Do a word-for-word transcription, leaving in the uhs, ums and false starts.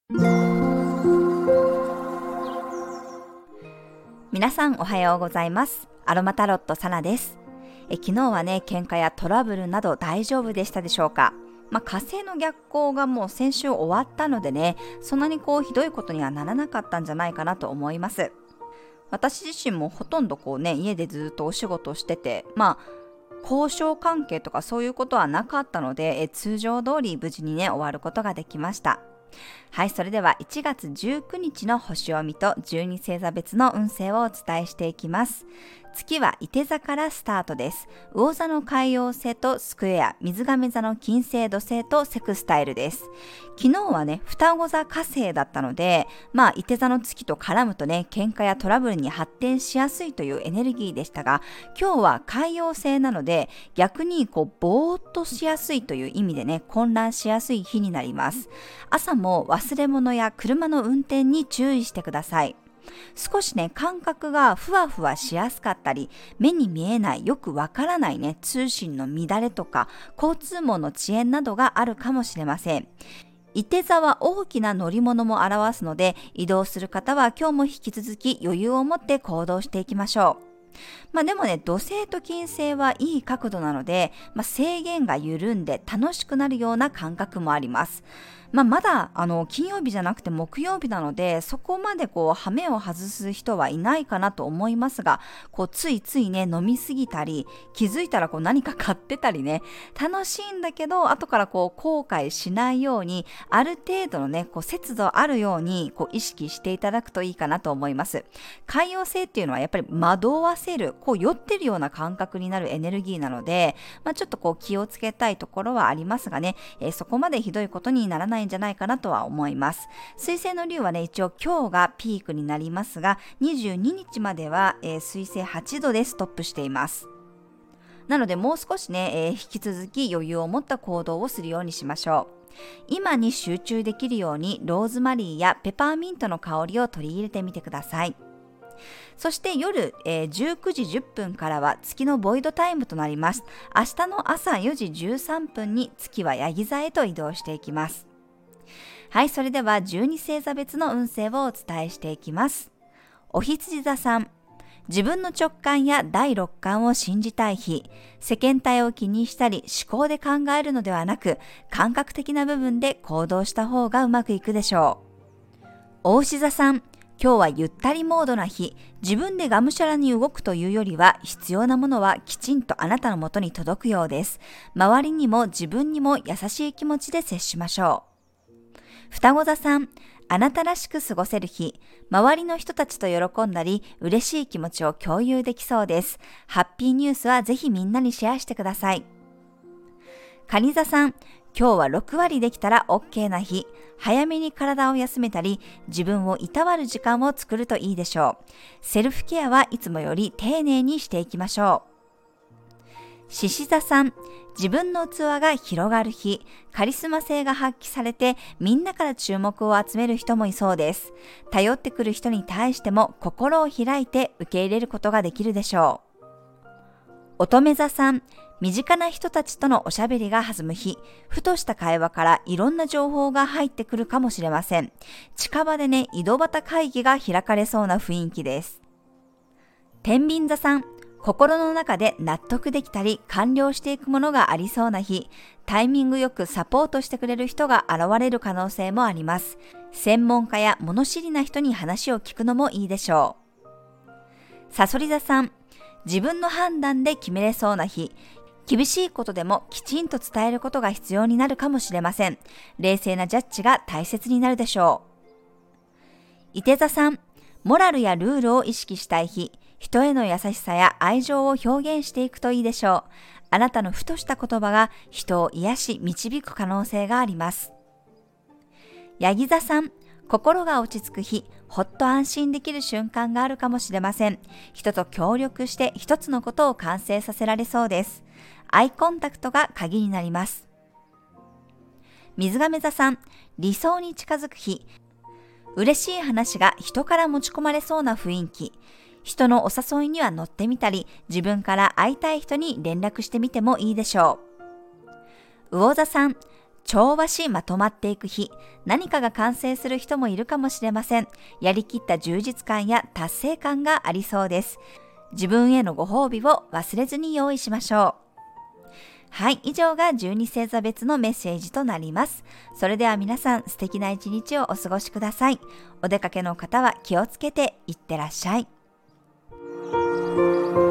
皆さんおはようございます。アロマタロットサナです。え昨日はね、喧嘩やトラブルなど大丈夫でしたでしょうか。まあ、火星の逆行がもう先週終わったのでね、そんなにこうひどいことにはならなかったんじゃないかなと思います。私自身もほとんどこうね、家でずっとお仕事してて、まあ交渉関係とかそういうことはなかったので、え通常通り無事にね終わることができました。はい、それではいちがつじゅうくにちの星読みとじゅうに星座別の運勢をお伝えしていきます。月は伊手座からスタートです。魚座の海王星とスクエア、水亀座の金星土星とセクスタイルです。昨日はね、双子座火星だったので、まあ伊手座の月と絡むとね、喧嘩やトラブルに発展しやすいというエネルギーでしたが、今日は海王星なので、逆にこうぼーっとしやすいという意味でね、混乱しやすい日になります。朝も忘れ物や車の運転に注意してください。少しね、感覚がふわふわしやすかったり、目に見えない、よくわからないね、通信の乱れとか、交通網の遅延などがあるかもしれません。伊手座は大きな乗り物も表すので、移動する方は今日も引き続き余裕を持って行動していきましょう。まあでもね、土星と金星はいい角度なので、まあ、制限が緩んで楽しくなるような感覚もあります。まあ、まだあの金曜日じゃなくて木曜日なので、そこまでこう羽目を外す人はいないかなと思いますが、こうついついね飲みすぎたり、気づいたらこう何か買ってたりね、楽しいんだけど後からこう後悔しないように、ある程度のねこう節度あるようにこう意識していただくといいかなと思います。海洋性っていうのはやっぱり惑わせる、こう酔ってるような感覚になるエネルギーなので、まあ、ちょっとこう気をつけたいところはありますがね、えー、そこまでひどいことにならないんじゃないかなとは思います。水星の龍はね、一応今日がピークになりますが、にじゅうににちまでは、えー、水星はちどでストップしています。なのでもう少しね、えー、引き続き余裕を持った行動をするようにしましょう。今に集中できるようにローズマリーやペパーミントの香りを取り入れてみてください。そして夜、えー、じゅうくじじゅっぷんからは月のボイドタイムとなります。明日の朝よじじゅうさんぷんに月はヤギ座へと移動していきます。はい、それではじゅうに星座別の運勢をお伝えしていきます。お羊座さん、自分の直感や第六感を信じたい日、世間体を気にしたり思考で考えるのではなく、感覚的な部分で行動した方がうまくいくでしょう。牡牛座さん、今日はゆったりモードな日、自分でがむしゃらに動くというよりは、必要なものはきちんとあなたのもとに届くようです。周りにも自分にも優しい気持ちで接しましょう。双子座さん、あなたらしく過ごせる日、周りの人たちと喜んだり、嬉しい気持ちを共有できそうです。ハッピーニュースはぜひみんなにシェアしてください。蟹座さん、今日はろくわりできたら OK な日、早めに体を休めたり、自分をいたわる時間を作るといいでしょう。セルフケアはいつもより丁寧にしていきましょう。獅子座さん、自分の器が広がる日、カリスマ性が発揮されてみんなから注目を集める人もいそうです。頼ってくる人に対しても心を開いて受け入れることができるでしょう。乙女座さん、身近な人たちとのおしゃべりが弾む日、ふとした会話からいろんな情報が入ってくるかもしれません。近場でね、井戸端会議が開かれそうな雰囲気です。天秤座さん、心の中で納得できたり完了していくものがありそうな日、タイミングよくサポートしてくれる人が現れる可能性もあります。専門家や物知りな人に話を聞くのもいいでしょう。さそり座さん、自分の判断で決めれそうな日、厳しいことでもきちんと伝えることが必要になるかもしれません。冷静なジャッジが大切になるでしょう。いて座さん、モラルやルールを意識したい日、人への優しさや愛情を表現していくといいでしょう。あなたのふとした言葉が人を癒し導く可能性があります。ヤギ座さん、心が落ち着く日、ほっと安心できる瞬間があるかもしれません。人と協力して一つのことを完成させられそうです。アイコンタクトが鍵になります。水亀座さん、理想に近づく日、嬉しい話が人から持ち込まれそうな雰囲気、人のお誘いには乗ってみたり、自分から会いたい人に連絡してみてもいいでしょう。魚座さん、 調和しまとまっていく日、何かが完成する人もいるかもしれません。やりきった充実感や達成感がありそうです。自分へのご褒美を忘れずに用意しましょう。はい、以上がじゅうに星座別のメッセージとなります。それでは皆さん、素敵な一日をお過ごしください。お出かけの方は気をつけていってらっしゃい。